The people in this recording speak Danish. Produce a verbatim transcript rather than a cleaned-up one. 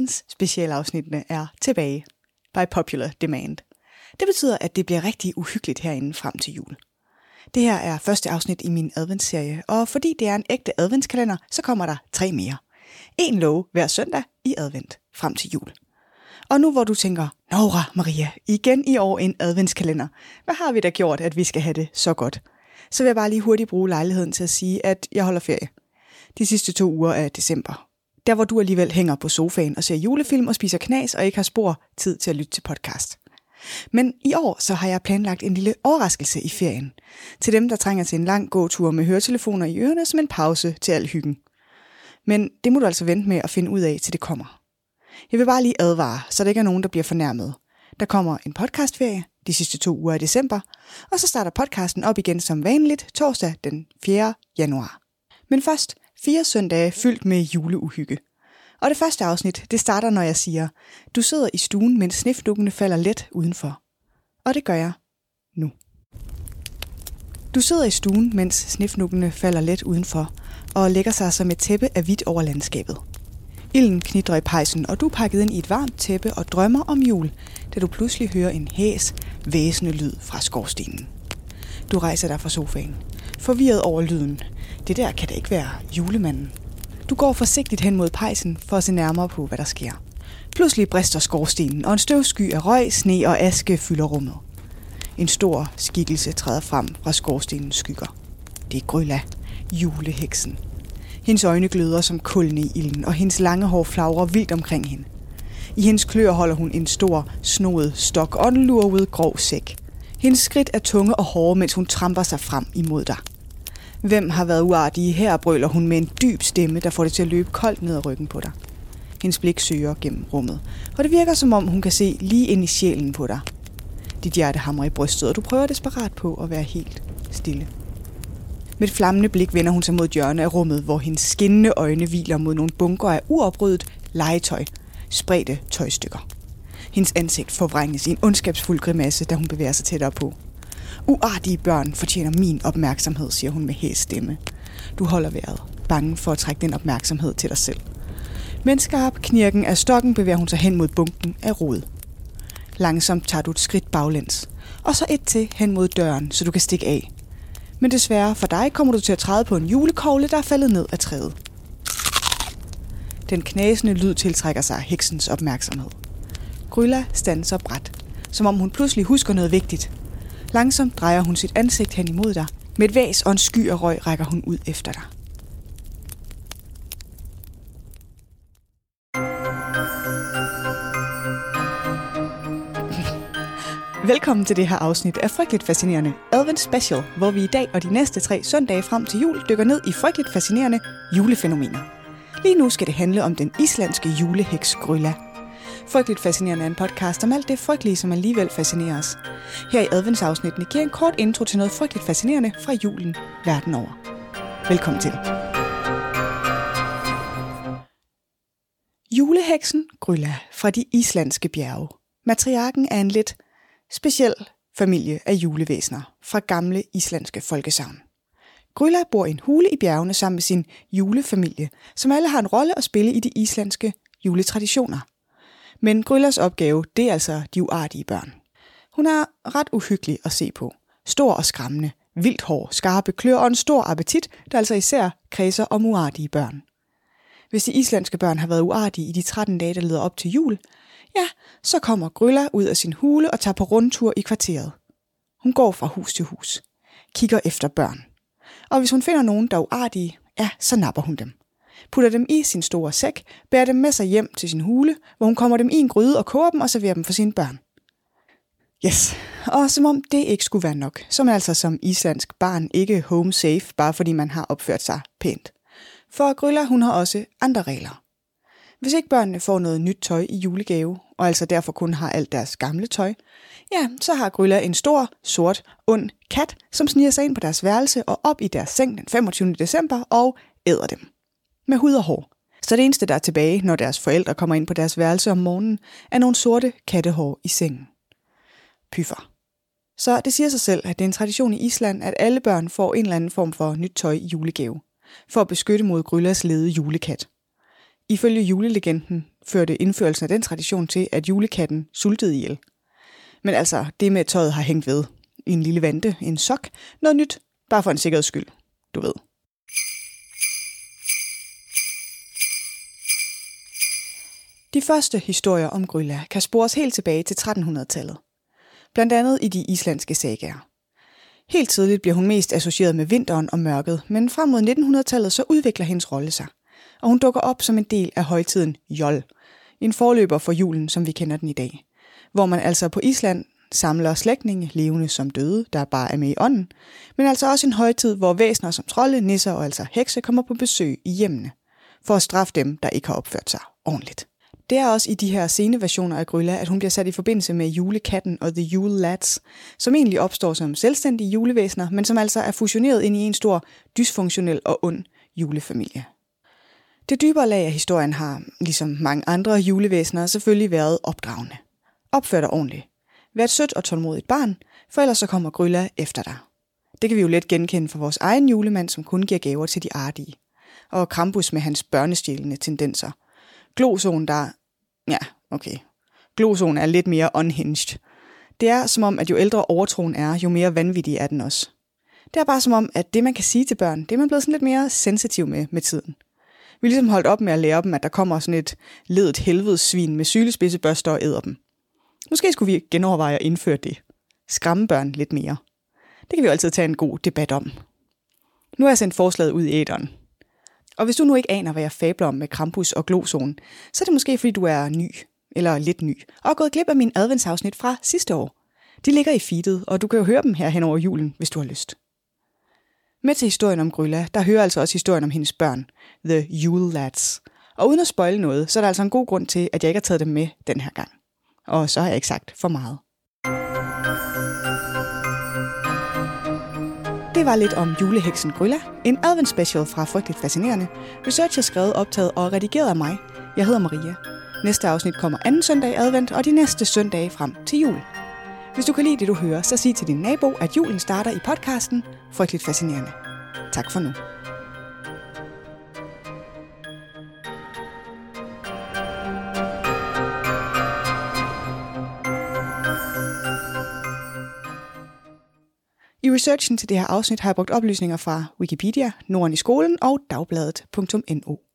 Advents specialafsnittene er tilbage by popular demand. Det betyder, at det bliver rigtig uhyggeligt herinde frem til jul. Det her er første afsnit i min adventsserie, og fordi det er en ægte adventskalender, så kommer der tre mere. En lov hver søndag i advent frem til jul. Og nu hvor du tænker, Nora Maria, igen i år en adventskalender, hvad har vi da gjort, at vi skal have det så godt? Så vil jeg bare lige hurtigt bruge lejligheden til at sige, at jeg holder ferie. De sidste to uger af december. Der hvor du alligevel hænger på sofaen og ser julefilm og spiser knas og ikke har spor tid til at lytte til podcast. Men i år så har jeg planlagt en lille overraskelse i ferien. Til dem, der trænger til en lang gåtur med høretelefoner i ørerne som en pause til al hyggen. Men det må du altså vente med at finde ud af, til det kommer. Jeg vil bare lige advare, så der ikke er nogen, der bliver fornærmet. Der kommer en podcastferie de sidste to uger i december, og så starter podcasten op igen som vanligt torsdag den fjerde januar. Men først fire søndage fyldt med juleuhygge. Og det første afsnit, det starter, når jeg siger, du sidder i stuen, mens snefnuggene falder let udenfor. Og det gør jeg nu. Du sidder i stuen, mens snefnuggene falder let udenfor, og lægger sig som et tæppe af hvidt over landskabet. Ilden knitrer i pejsen, og du er pakket ind i et varmt tæppe og drømmer om jul, da du pludselig hører en hæs, væsende lyd fra skorstenen. Du rejser dig fra sofaen, forvirret over lyden. Det der kan da ikke være julemanden. Du går forsigtigt hen mod pejsen for at se nærmere på, hvad der sker. Pludselig brister skorstenen, og en støvsky af røg, sne og aske fylder rummet. En stor skikkelse træder frem fra skorstenens skygger. Det er Grylla, juleheksen. Hendes øjne gløder som kulne i ilden, og hendes lange hår flagrer vildt omkring hende. I hendes kløer holder hun en stor, snoet stok og en lurvet grov sæk. Hendes skridt er tunge og hårde, mens hun tramper sig frem imod dig. Hvem har været uartige her, brøler hun med en dyb stemme, der får det til at løbe koldt ned ad ryggen på dig. Hendes blik søger gennem rummet, og det virker som om hun kan se lige ind i sjælen på dig. Dit hjerte hamrer i brystet, og du prøver desperat på at være helt stille. Med et flammende blik vender hun sig mod hjørnet af rummet, hvor hendes skinnende øjne hviler mod nogle bunker af uopryddet legetøj, spredte tøjstykker. Hendes ansigt forvrænges i en ondskabsfuld grimasse, da hun bevæger sig tættere på. Uartige børn fortjener min opmærksomhed, siger hun med hæs stemme. Du holder vejret, bange for at trække den opmærksomhed til dig selv. Med en skarp knirken af stokken bevæger hun sig hen mod bunken af rod. Langsomt tager du et skridt baglæns, og så et til hen mod døren, så du kan stikke af. Men desværre for dig kommer du til at træde på en julekogle, der er faldet ned af træet. Den knasende lyd tiltrækker sig heksens opmærksomhed. Grylla standser brat, som om hun pludselig husker noget vigtigt. Langsomt drejer hun sit ansigt hen imod dig. Med et væs og en sky af røg rækker hun ud efter dig. Velkommen til det her afsnit af Frygteligt Fascinerende Advent Special, hvor vi i dag og de næste tre søndage frem til jul dykker ned i frygteligt fascinerende julefænomener. Lige nu skal det handle om den islandske juleheks Grylla. Frygteligt Fascinerende er en podcast om alt det frygtelige, som alligevel fascinerer os. Her i adventsafsnittene giver en kort intro til noget frygteligt fascinerende fra julen verden over. Velkommen til. Juleheksen Grylla fra de islandske bjerge. Matriarken er en lidt speciel familie af julevæsener fra gamle islandske folkesagn. Grylla bor i en hule i bjergene sammen med sin julefamilie, som alle har en rolle at spille i de islandske juletraditioner. Men Gryllas opgave, det er altså de uartige børn. Hun er ret uhyggelig at se på. Stor og skræmmende, vildt hår, skarpe klør og en stor appetit, der altså især kredser om uartige børn. Hvis de islandske børn har været uartige i de tretten dage, der leder op til jul, ja, så kommer Grylla ud af sin hule og tager på rundtur i kvarteret. Hun går fra hus til hus, kigger efter børn. Og hvis hun finder nogen, der er uartige, ja, så napper hun dem. Putter dem i sin store sæk, bærer dem med sig hjem til sin hule, hvor hun kommer dem i en gryde og koger dem og serverer dem for sine børn. Yes, og som om det ikke skulle være nok, så er man altså som islandsk barn ikke home safe, bare fordi man har opført sig pænt. For Grylla, hun har også andre regler. Hvis ikke børnene får noget nyt tøj i julegave, og altså derfor kun har alt deres gamle tøj, ja, så har Grylla en stor, sort, ond kat, som sniger sig ind på deres værelse og op i deres seng den femogtyvende december og æder dem. Med hud og hår. Så det eneste, der er tilbage, når deres forældre kommer ind på deres værelse om morgenen, er nogle sorte kattehår i sengen. Pyffer. Så det siger sig selv, at det er en tradition i Island, at alle børn får en eller anden form for nyt tøj i julegave, for at beskytte mod Gryllas lede julekat. Ifølge julelegenden førte indførelsen af den tradition til, at julekatten sultede ihjel. Men altså, det med at tøjet har hængt ved. En lille vante, en sok, noget nyt, bare for en sikkerheds skyld, du ved. De første historier om Grylla kan spores helt tilbage til trettenhundredetallet. Blandt andet i de islandske sagaer. Helt tidligt bliver hun mest associeret med vinteren og mørket, men frem mod nittenhundredetallet så udvikler hendes rolle sig. Og hun dukker op som en del af højtiden Jol, en forløber for julen, som vi kender den i dag. Hvor man altså på Island samler slægtninge, levende som døde, der bare er med i ånden, men altså også en højtid, hvor væsener som trolde, nisser og altså hekse kommer på besøg i hjemmene, for at straffe dem, der ikke har opført sig ordentligt. Det er også i de her sceneversioner af Grylla, at hun bliver sat i forbindelse med julekatten og The Yule Lads, som egentlig opstår som selvstændige julevæsener, men som altså er fusioneret ind i en stor, dysfunktionel og ond julefamilie. Det dybere lag af historien har, ligesom mange andre julevæsener, selvfølgelig været opdragende. Opfør dig ordentligt. Vær et sødt og tålmodigt barn, for ellers så kommer Grylla efter dig. Det kan vi jo let genkende fra vores egen julemand, som kun giver gaver til de artige. Og Krampus med hans børnestjælende tendenser. Glosoen, der... Ja, okay. Glosoen er lidt mere unhinged. Det er som om, at jo ældre overtroen er, jo mere vanvittig er den også. Det er bare som om, at det man kan sige til børn, det er man blevet sådan lidt mere sensitiv med med tiden. Vi er ligesom holdt op med at lære dem, at der kommer sådan et ledet helvedessvin med sylespidsebørster og æder dem. Måske skulle vi genoverveje at indføre det. Skræmme børn lidt mere. Det kan vi jo altid tage en god debat om. Nu har jeg sendt forslaget ud i æteren. Og hvis du nu ikke aner, hvad jeg fabler om med Krampus og Glosoen, så er det måske, fordi du er ny, eller lidt ny, og har gået glip af min adventsafsnit fra sidste år. De ligger i feedet, og du kan jo høre dem her hen over julen, hvis du har lyst. Med til historien om Grylla, der hører altså også historien om hendes børn, The Yule Lads. Og uden at spoile noget, så er der altså en god grund til, at jeg ikke har taget dem med den her gang. Og så har jeg ikke sagt for meget. Det var lidt om juleheksen Grylla, en adventsspecial fra Frygteligt Fascinerende. Research er skrevet, optaget og redigeret af mig. Jeg hedder Maria. Næste afsnit kommer anden søndag i advent, og de næste søndage frem til jul. Hvis du kan lide det, du hører, så sig til din nabo, at julen starter i podcasten Frygteligt Fascinerende. Tak for nu. I researchen til det her afsnit har jeg brugt oplysninger fra Wikipedia, Norden i skolen og dagbladet punktum no.